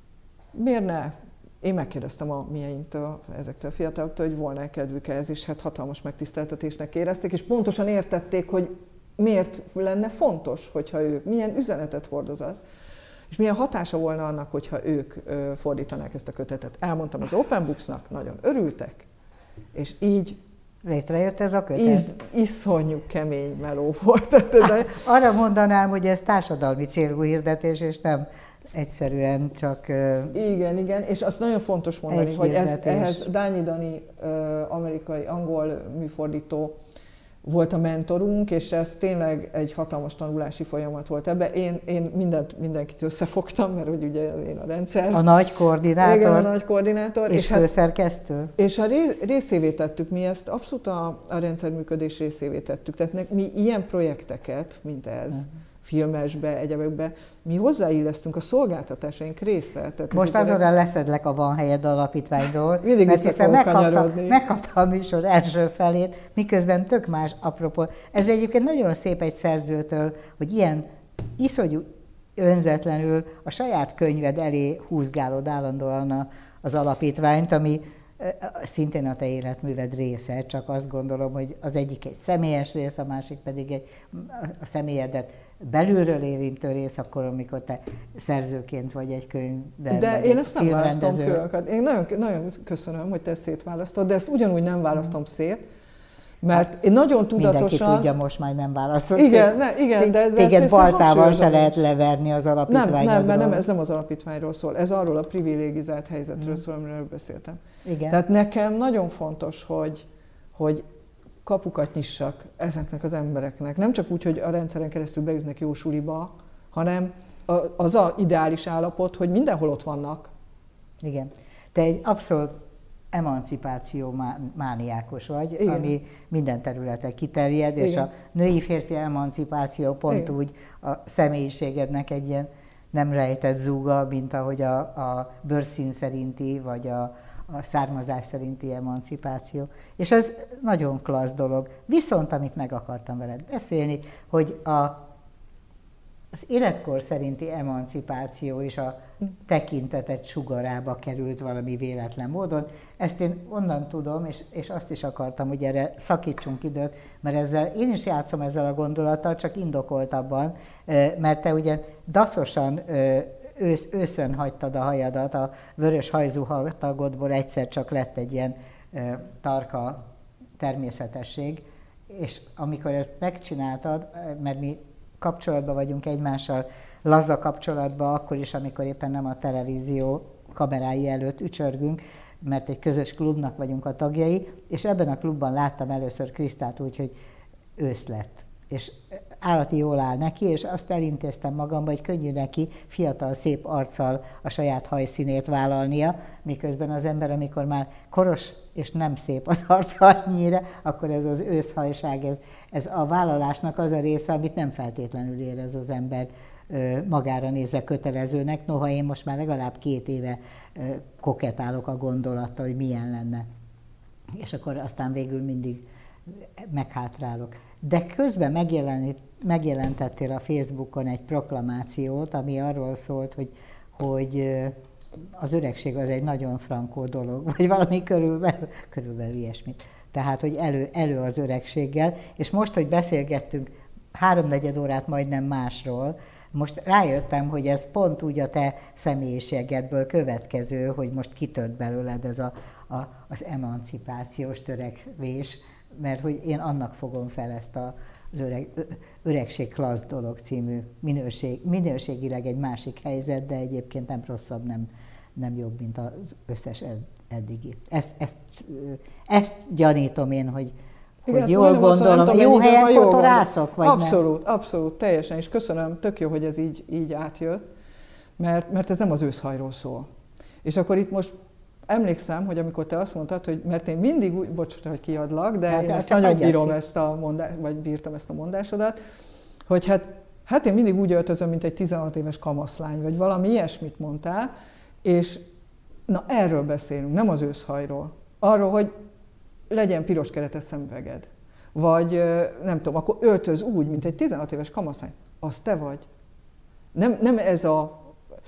Miért ne? Én megkérdeztem a mieinktől, ezektől a fiataloktól, hogy volna kedvük ehhez, és hát hatalmas megtiszteltetésnek érezték, és pontosan értették, hogy miért lenne fontos, hogyha ők, milyen üzenetet hordoz az, és milyen hatása volna annak, hogyha ők fordítanák ezt a kötetet. Elmondtam az Open Booksnak, nagyon örültek, és így létrejött ez a kötet. Iz, iszonyú kemény meló volt. De... Arra mondanám, hogy ez társadalmi célú hirdetés, és nem egyszerűen csak... Igen, igen, és azt nagyon fontos mondani, hogy ez, ehhez Dányi Dani, amerikai, angol műfordító volt a mentorunk, és ez tényleg egy hatalmas tanulási folyamat volt ebben. Én, én mindent, mindenkit összefogtam, mert hogy ugye én a rendszer... A nagy koordinátor. Igen, a nagy koordinátor. És, és főszerkesztő. Hát, és a részévé tettük, mi ezt abszolút a, a rendszer működés részévé tettük. Tehát mi ilyen projekteket, mint ez, uh-huh. filmesbe, egyebekbe, mi hozzáillesztünk a szolgáltatásaink része. Tehát most azonra egy... leszedlek a Van helyed alapítványról, mindig mert hiszen megkapta, megkapta a műsor első felét, miközben tök más apropó. Ez egyébként nagyon szép egy szerzőtől, hogy ilyen iszonyú önzetlenül a saját könyved elé húzgálod állandóan az alapítványt, ami szintén a te életműved része, csak azt gondolom, hogy az egyik egy személyes rész, a másik pedig egy, a személyedet belülről érintő rész, akkor, amikor te szerzőként vagy egy könyvben. De én ezt nem választom különöket. Én nagyon, nagyon köszönöm, hogy te ezt szétválasztod, de ezt ugyanúgy nem választom szét, mert hát, én nagyon tudatosan... Mindenki tudja, most már nem választod igen, szét. Ne, igen, de, de téged baltával se lehet leverni az alapítványodról. Nem, nem, mert nem, ez nem az alapítványról szól, ez arról a privilégizált helyzetről hmm. szól, amiről beszéltem. Igen. Tehát nekem nagyon fontos, hogy, hogy kapukat nyissak ezeknek az embereknek. Nem csak úgy, hogy a rendszeren keresztül bejutnak jó suliba, hanem az az ideális állapot, hogy mindenhol ott vannak. Igen. Te egy abszolút emancipáció mániákos vagy, igen. ami minden területen kiterjed, igen. és a női-férfi emancipáció pont igen. úgy a személyiségednek egy ilyen nem rejtett zúga, mint ahogy a, a bőrszín szerinti, vagy a, a származás szerinti emancipáció. És ez nagyon klassz dolog. Viszont, amit meg akartam veled beszélni, hogy a, az életkor szerinti emancipáció is a tekintetet sugarába került valami véletlen módon. Ezt én onnan tudom, és, és azt is akartam, hogy erre szakítsunk időt, mert ezzel, én is játszom ezzel a gondolattal, csak indokoltabban, mert te ugye dacosan ősz, őszön hagytad a hajadat, a vörös hajzú tagodból egyszer csak lett egy ilyen tarka természetesség, és amikor ezt megcsináltad, mert mi kapcsolatban vagyunk egymással, laza kapcsolatban, akkor is, amikor éppen nem a televízió kamerái előtt ücsörgünk, mert egy közös klubnak vagyunk a tagjai, és ebben a klubban láttam először Krisztát úgy, hogy ősz lett. És állati jól áll neki, és azt elintéztem magamba, hogy könnyű neki fiatal, szép arccal a saját hajszínét vállalnia, miközben az ember, amikor már koros és nem szép az arca annyira, akkor ez az őszhajság, ez, ez a vállalásnak az a része, amit nem feltétlenül érez az ember magára nézve kötelezőnek, noha én most már legalább két éve koketálok a gondolattal, hogy milyen lenne. És akkor aztán végül mindig meghátrálok. De közben megjelentettél a Facebookon egy proklamációt, ami arról szólt, hogy, hogy az öregség az egy nagyon frankó dolog, vagy valami körülbelül, körülbelül ilyesmit. Tehát, hogy elő, elő az öregséggel, és most, hogy beszélgettünk háromnegyed órát majdnem másról, most rájöttem, hogy ez pont úgy a te személyiségedből következő, hogy most kitört belőled ez a, a, az emancipációs törekvés, mert hogy én annak fogom fel ezt a, az öreg, Öregség klassz dolog című minőség, minőségileg egy másik helyzet, de egyébként nem rosszabb, nem, nem jobb, mint az összes eddigi. Ezt, ezt, ezt gyanítom én, hogy igen, hogy jól gondolom, tudom, jó helyen kotorászok? Vagy abszolút, nem? abszolút, teljesen, és köszönöm, tök jó, hogy ez így, így átjött, mert, mert ez nem az őszhajról szól. És akkor itt most emlékszem, hogy amikor te azt mondtad, hogy mert én mindig úgy, bocs, hogy kiadlak, de hát, én ezt nagyon bírom ki. ezt a mondás, vagy bírtam ezt a mondásodat, hogy hát, hát én mindig úgy öltözöm, mint egy tizenhat éves kamaszlány, vagy valami ilyesmit mondtál, és na erről beszélünk, nem az őszhajról. Arról, hogy legyen piros keretes szemüveged. Vagy nem tudom, akkor öltöz úgy, mint egy tizenhat éves kamaszlány. Az te vagy. Nem, nem ez a...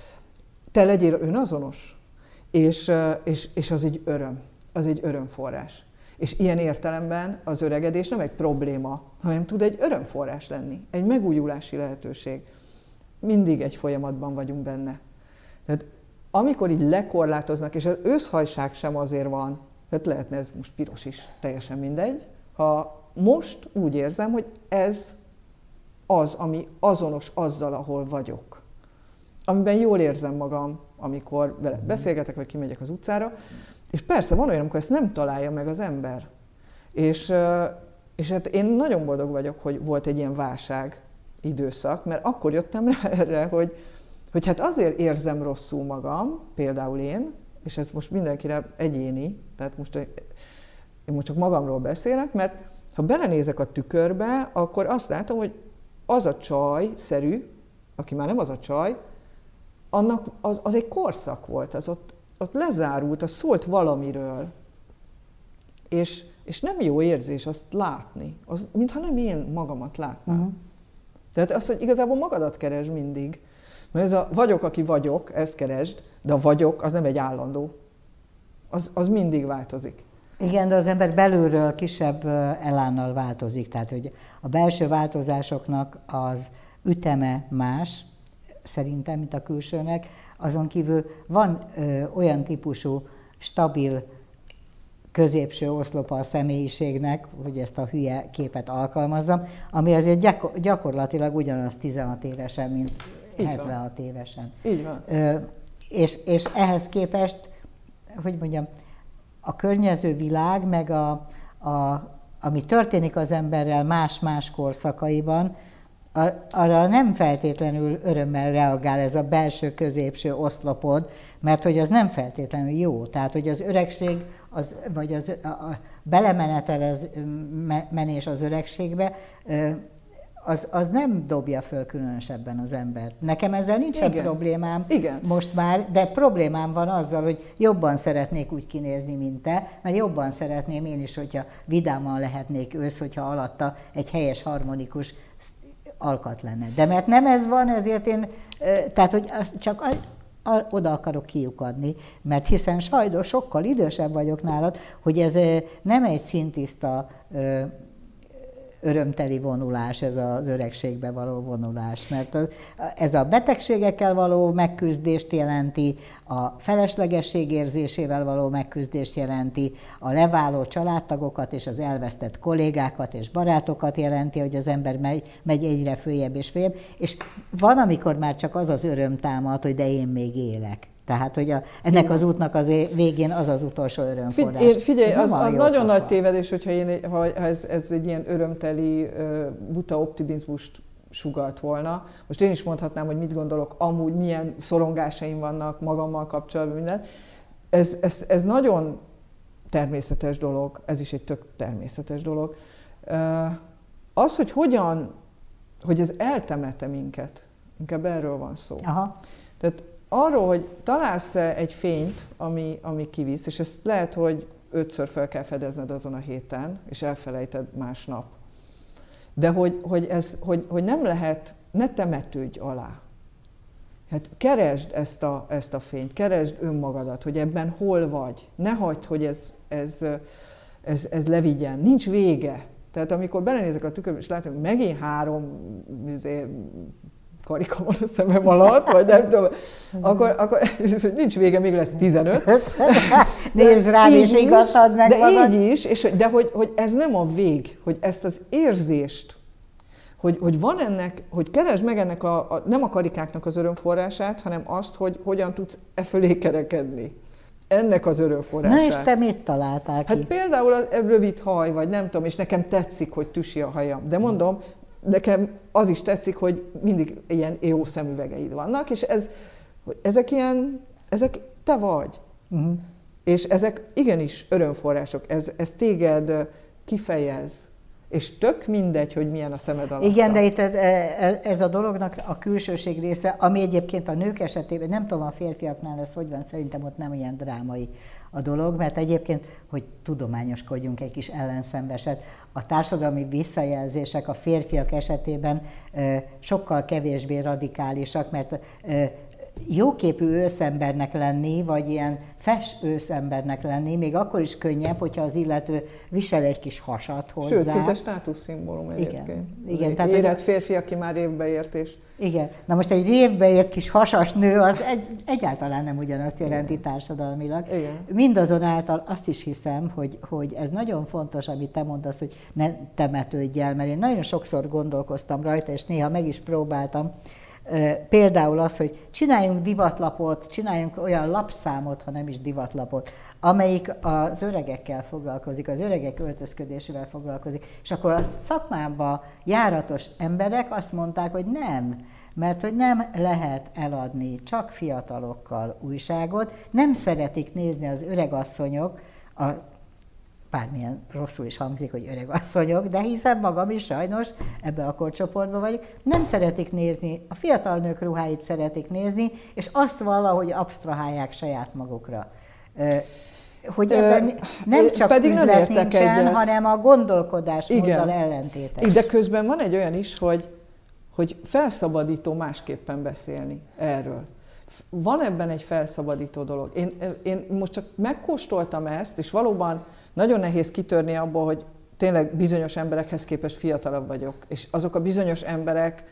Te legyél önazonos. És, és, és az egy öröm. Az egy örömforrás. És ilyen értelemben az öregedés nem egy probléma, hanem tud egy örömforrás lenni. Egy megújulási lehetőség. Mindig egy folyamatban vagyunk benne. Tehát amikor így lekorlátoznak, és az őszhajság sem azért van, tehát lehetne ez most piros is, teljesen mindegy. Ha most úgy érzem, hogy ez az, ami azonos azzal, ahol vagyok. Amiben jól érzem magam, amikor veled beszélgetek, vagy kimegyek az utcára. És persze van olyan, amikor ezt nem találja meg az ember. És, és hát én nagyon boldog vagyok, hogy volt egy ilyen válság időszak, mert akkor jöttem rá erre, hogy, hogy hát azért érzem rosszul magam, például én, és ez most mindenkire egyéni, tehát most én most csak magamról beszélek, mert ha belenézek a tükörbe, akkor azt látom, hogy az a csaj-szerű, aki már nem az a csaj, annak az, az egy korszak volt, az ott, ott lezárult, az szólt valamiről. És, és nem jó érzés azt látni, az, mintha nem én magamat látnám. Uh-huh. Tehát azt, hogy igazából magadat keresd mindig. Mert ez a vagyok, aki vagyok, ezt keresd, de a vagyok, az nem egy állandó. Az, az mindig változik. Igen, de az ember belülről kisebb elánnal változik. Tehát, hogy a belső változásoknak az üteme más, szerintem, mint a külsőnek. Azon kívül van ö, olyan típusú stabil középső oszlopa a személyiségnek, hogy ezt a hülye képet alkalmazzam, ami azért gyakor- gyakorlatilag ugyanaz tizenhat évesen, mint Így hetvenhat van. évesen. Így van. Ö, és, és ehhez képest, hogy mondjam, a környező világ, meg a, a, ami történik az emberrel más-más korszakaiban, a, arra nem feltétlenül örömmel reagál ez a belső-középső oszlopod, mert hogy az nem feltétlenül jó. Tehát, hogy az öregség, az, vagy az, a, a belemenetelez menés az öregségbe, az, az nem dobja föl különösebben az embert. Nekem ezzel nincsen Igen. problémám Igen. most már, de problémám van azzal, hogy jobban szeretnék úgy kinézni, mint te, mert jobban szeretném én is, hogyha vidáman lehetnék ősz, hogyha alatta egy helyes, harmonikus alkat lenne. De mert nem ez van, ezért én, tehát, hogy csak oda akarok kiukadni, mert hiszen sajnos sokkal idősebb vagyok nálad, hogy ez nem egy szintiszta örömteli vonulás, ez az öregségbe való vonulás, mert ez a betegségekkel való megküzdést jelenti, a feleslegesség érzésével való megküzdést jelenti, a leváló családtagokat és az elvesztett kollégákat és barátokat jelenti, hogy az ember megy, megy egyre följebb és följebb, és van, amikor már csak az az öröm támad, hogy de én még élek. Tehát, hogy a, ennek az útnak az végén az az utolsó örömforrás. Figyelj, figyelj az, az nagyon nagy tévedés, hogyha én, ha ez, ez egy ilyen örömteli, buta optimizmust sugalt volna. Most én is mondhatnám, hogy mit gondolok, amúgy milyen szorongásaim vannak magammal kapcsolatban, minden. Ez, ez, ez nagyon természetes dolog, ez is egy tök természetes dolog. Az, hogy hogyan, hogy ez eltemete minket, inkább erről van szó. Aha. Tehát arról, hogy találsz egy fényt, ami, ami kivisz, és ezt lehet, hogy ötször fel kell fedezned azon a héten, és elfelejted másnap. De hogy, hogy, ez, hogy, hogy nem lehet, ne temetődj alá. Hát keresd ezt a, ezt a fényt, keresd önmagadat, hogy ebben hol vagy. Ne hagyd, hogy ez, ez, ez, ez levigyen. Nincs vége. Tehát amikor belenézek a tükörbe, és látom, hogy megint három karika van a szemem alatt, vagy nem tudom, akkor, akkor nincs vége, még lesz tizenöt. Nézd rám, és igazad meg de magad. így is, és, de hogy, hogy ez nem a vég, hogy ezt az érzést, hogy, hogy van ennek, hogy keresd meg ennek a, a, nem a karikáknak az örömforrását, hanem azt, hogy hogyan tudsz e fölé kerekedni. Ennek az örömforrását. Na és te mit találtál ki? Hát például a rövid haj, vagy nem tudom, és nekem tetszik, hogy tüsi a hajam. De mondom, nekem az is tetszik, hogy mindig ilyen jó szemüvegeid vannak, és ez, ezek ilyen, ezek te vagy. Uh-huh. És ezek igenis örömforrások, ez, ez téged kifejez. És tök mindegy, hogy milyen a szemed alatt. Igen, de itt ez a dolognak a külsőség része, ami egyébként a nők esetében, nem tudom, a férfiaknál ez hogy van, szerintem ott nem ilyen drámai a dolog, mert egyébként, hogy tudományoskodjunk egy kis ellenszenveset, a társadalmi visszajelzések a férfiak esetében sokkal kevésbé radikálisak, mert jóképű őszembernek lenni, vagy ilyen fes őszembernek lenni, még akkor is könnyebb, hogyha az illető visel egy kis hasat hozzá. Sőt, szinte státuszszimbólum egyébként. Igen. Igen, tehát érett férfi, aki már évbe ért, és... Igen. Na most egy évbe ért kis hasas nő, az egy, egyáltalán nem ugyanazt jelenti igen. társadalmilag. Igen. Mindazonáltal azt is hiszem, hogy, hogy ez nagyon fontos, amit te mondasz, hogy ne temetődj el, mert én nagyon sokszor gondolkoztam rajta, és néha meg is próbáltam. Például az, hogy csináljunk divatlapot, csináljunk olyan lapszámot, ha nem is divatlapot, amelyik az öregekkel foglalkozik, az öregek öltözködésével foglalkozik. És akkor a szakmában járatos emberek azt mondták, hogy nem, mert hogy nem lehet eladni csak fiatalokkal újságot, nem szeretik nézni az öregasszonyok, a bármilyen rosszul is hangzik, hogy öregasszonyok, de hiszem magam is sajnos ebbe a korcsoportban vagyok, nem szeretik nézni, a fiatal nők ruháit szeretik nézni, és azt valahogy absztrahálják saját magukra. Hogy ebben nem csak Pedig üzlet nem nincsen, egyet. hanem a gondolkodásmóddal ellentétes. De közben van egy olyan is, hogy, hogy felszabadító másképpen beszélni erről. Van ebben egy felszabadító dolog. Én, én most csak megkóstoltam ezt, és valóban nagyon nehéz kitörni abból, hogy tényleg bizonyos emberekhez képest fiatalabb vagyok. És azok a bizonyos emberek,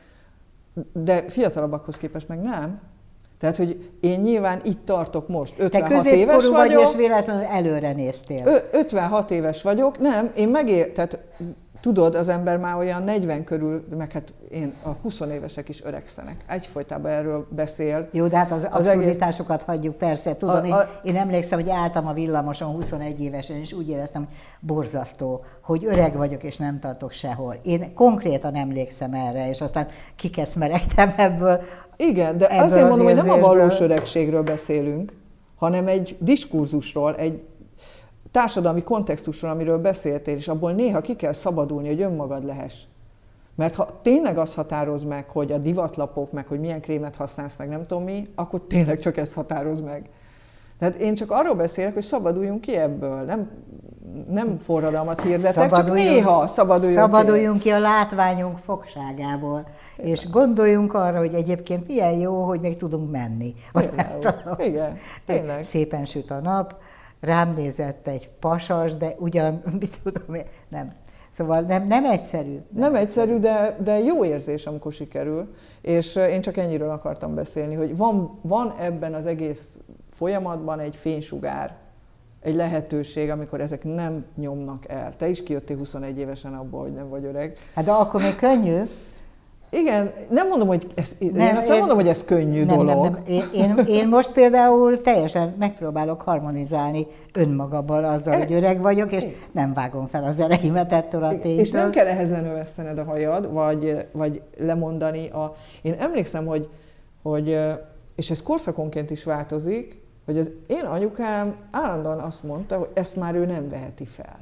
de fiatalabbakhoz képest meg nem. Tehát, hogy én nyilván itt tartok most, ötvenhat Te éves vagy, vagyok. és véletlenül előre néztél. ötvenhat éves vagyok, nem, én megér, tehát tudod, az ember már olyan negyven körül, meg hát én a húsz évesek is öregszenek. Egyfolytában erről beszél. Jó, de hát az, az abszurditásokat egész... hagyjuk, persze. Tudom, a, a, én, én emlékszem, hogy álltam a villamoson huszonegy évesen, és úgy éreztem, hogy borzasztó, hogy öreg vagyok, és nem tartok sehol. Én konkrétan emlékszem erre, és aztán kikeszmeregtem ebből. Igen, de ebből azért mondom, hogy nem a valós öregségről beszélünk, hanem egy diskurzusról, egy társadalmi kontextusról, amiről beszéltél, és abból néha ki kell szabadulni, hogy önmagad lehess. Mert ha tényleg azt határoz meg, hogy a divatlapok, meg hogy milyen krémet használsz, meg nem tudom mi, akkor tényleg csak ezt határoz meg. Tehát én csak arról beszélek, hogy szabaduljunk ki ebből. Nem, nem forradalmat hirdetek, csak néha szabaduljunk, szabaduljunk ki. ki a látványunk fogságából. Igen. És gondoljunk arra, hogy egyébként milyen jó, hogy még tudunk menni. Igen, tényleg. Szépen süt a nap, rám nézett egy pasas, de ugyan, mit tudom én, nem. Szóval nem, nem egyszerű. Nem, nem egyszerű, de, de jó érzés, amikor sikerül. És én csak ennyiről akartam beszélni, hogy van, van ebben az egész folyamatban egy fénysugár, egy lehetőség, amikor ezek nem nyomnak el. Te is kijöttél huszonegy évesen abból, hogy nem vagy öreg. Hát de akkor még könnyű. Igen, nem mondom, hogy ez, nem, én azt én, nem mondom, hogy ez könnyű nem, dolog. Nem, nem. Én, én, én most például teljesen megpróbálok harmonizálni önmagammal azzal, e, hogy öreg vagyok, és nem vágom fel az ereimet ettől a ténytől. És nem kell ehhez lenövesztened a hajad, vagy, vagy lemondani. A... Én emlékszem, hogy, hogy, és ez korszakonként is változik, hogy az én anyukám állandóan azt mondta, hogy ezt már ő nem veheti fel.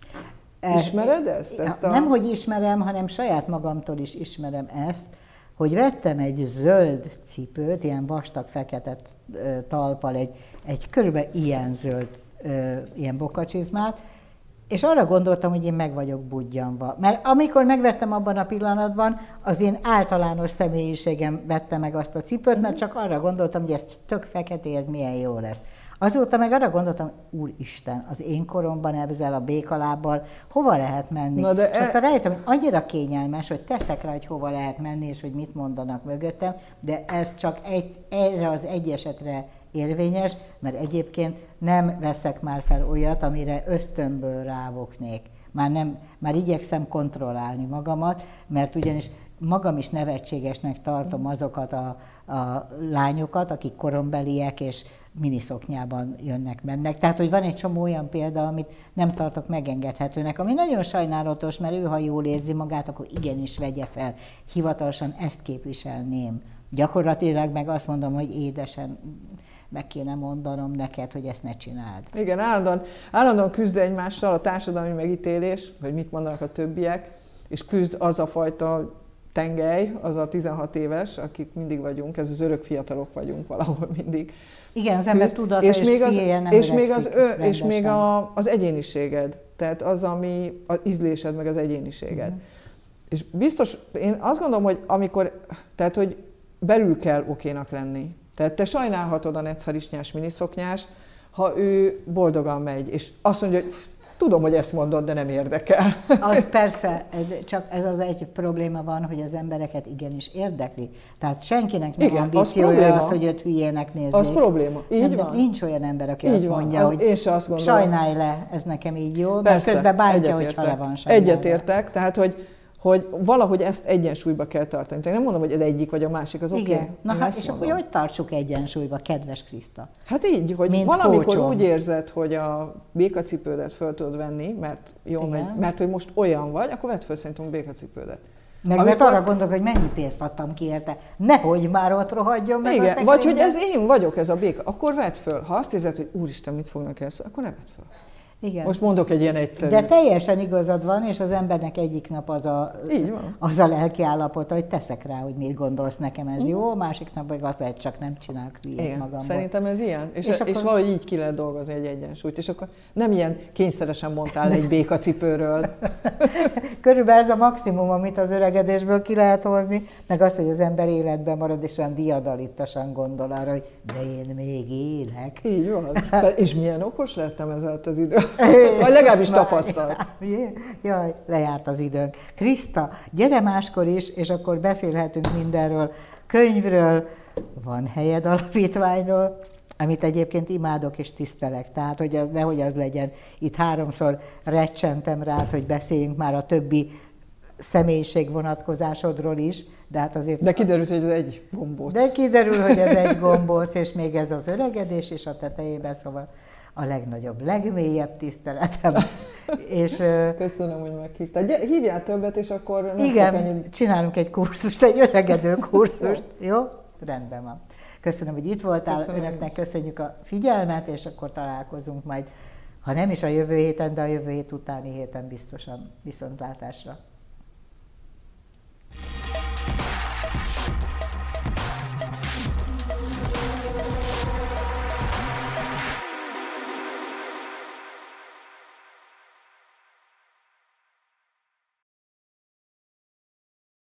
Ismered ezt? ezt a... Nem, hogy ismerem, hanem saját magamtól is ismerem ezt, hogy vettem egy zöld cipőt, ilyen vastag fekete talppal, egy, egy körülbelül ilyen zöld ilyen bokacsizmát, és arra gondoltam, hogy én meg vagyok budjanva. Mert amikor megvettem abban a pillanatban, az én általános személyiségem vette meg azt a cipőt, mert csak arra gondoltam, hogy ez tök feketé, ez milyen jó lesz. Azóta meg arra gondoltam, úristen, az én koromban ezzel a békalábbal hova lehet menni? Na de és e... aztán rájöttem, hogy annyira kényelmes, hogy teszek rá, hogy hova lehet menni, és hogy mit mondanak mögöttem, de ez csak egy, erre az egy esetre érvényes, mert egyébként nem veszek már fel olyat, amire ösztönből rávoknék. Már, nem, már igyekszem kontrollálni magamat, mert ugyanis magam is nevetségesnek tartom azokat a, a lányokat, akik korombeliek és miniszoknyában jönnek-mennek. Tehát, hogy van egy csomó olyan példa, amit nem tartok megengedhetőnek, ami nagyon sajnálatos, mert ő, ha jól érzi magát, akkor igenis vegye fel. Hivatalosan ezt képviselném. Gyakorlatilag meg azt mondom, hogy édesen, meg kéne mondanom neked, hogy ezt ne csináld. Igen, állandóan, állandóan küzd egymással a társadalmi megítélés, hogy mit mondanak a többiek, és küzd az a fajta tengely, az a tizenhat éves, akik mindig vagyunk, ez az örök fiatalok vagyunk valahol mindig. Igen, az ember tudata és, és még az, nem és még, az, ő, és még a, az egyéniséged, tehát az, ami az ízlésed, meg az egyéniséged. Mm. És biztos, én azt gondolom, hogy amikor, tehát, hogy belül kell okénak lenni. Tehát te sajnálhatod a netszharisnyás miniszoknyás, ha ő boldogan megy, és azt mondja, hogy tudom, hogy ezt mondod, de nem érdekel. Az persze, csak ez az egy probléma van, hogy az embereket igenis érdekli. Tehát senkinek nem ambíciója az, az, hogy őt hülyének nézzék. Az probléma, így nem, van. De nincs olyan ember, aki így azt van. mondja, az, hogy én se azt gondolom. Sajnálj le, ez nekem így jó, persze, mert közben bántja, hogyha le van sajnálva. Egyetértek, tehát hogy hogy valahogy ezt egyensúlyba kell tartani. Tehát nem mondom, hogy ez egyik vagy a másik, az oké. Igen. Okay. Na hát, és akkor hogy tartsuk egyensúlyba, kedves Kriszta? Hát így, hogy mint valamikor kócsom. Úgy érzed, hogy a békacipődet föl tudod venni, mert jó, mert, mert hogy most olyan vagy, akkor vedd föl szerintem a békacipődet. Meg amikor... mert arra gondolok, hogy mennyi pénzt adtam ki érte, nehogy már ott rohadjon meg. Igen, vagy hogy ez én vagyok, ez a béka, akkor vedd föl. Ha azt érzed, hogy úristen, mit fognak el, akkor ne vedd föl. Igen. Most mondok egy ilyen egyszerű. De teljesen igazad van, és az embernek egyik nap az a, Így van. az a lelki állapota, hogy teszek rá, hogy mit gondolsz nekem, ez mm. jó, másik nap meg az, hogy csak nem csinálok hülyét magamból. Szerintem ez ilyen, és, és, és akkor... valahogy így ki lehet dolgozni egy egyensúlyt, és akkor nem ilyen kényszeresen mondtál egy békacipőről. Körülbelül ez a maximum, amit az öregedésből ki lehet hozni, meg az, hogy az ember életben marad, és olyan diadalittasan gondol arra, hogy de én még élek. Így van. És milyen okos lettem ezzel az idő. Vagy legalábbis tapasztalt. Jaj, lejárt az időnk. Kriszta, gyere máskor is, és akkor beszélhetünk mindenről. Könyvről, Van helyed alapítványról, amit egyébként imádok és tisztelek. Tehát, hogy az, nehogy az legyen. Itt háromszor recsentem rá, hogy beszéljünk már a többi személyiség vonatkozásodról is, de hát azért... De kiderült, hogy ez egy gombóc. De kiderül, hogy ez egy gombóc, és még ez az öregedés is a tetejében, szóval a legnagyobb, legmélyebb tiszteletem. és, Köszönöm, hogy meghívtál. Hívjál többet, és akkor... Igen, ennyi... csinálunk egy kurzust, egy öregedő kurzust. Jó? Rendben van. Köszönöm, hogy itt voltál. Köszönöm. Önöknek köszönjük a figyelmet, és akkor találkozunk majd, ha nem is a jövő héten, de a jövő hét utáni héten biztosan. Viszontlátásra.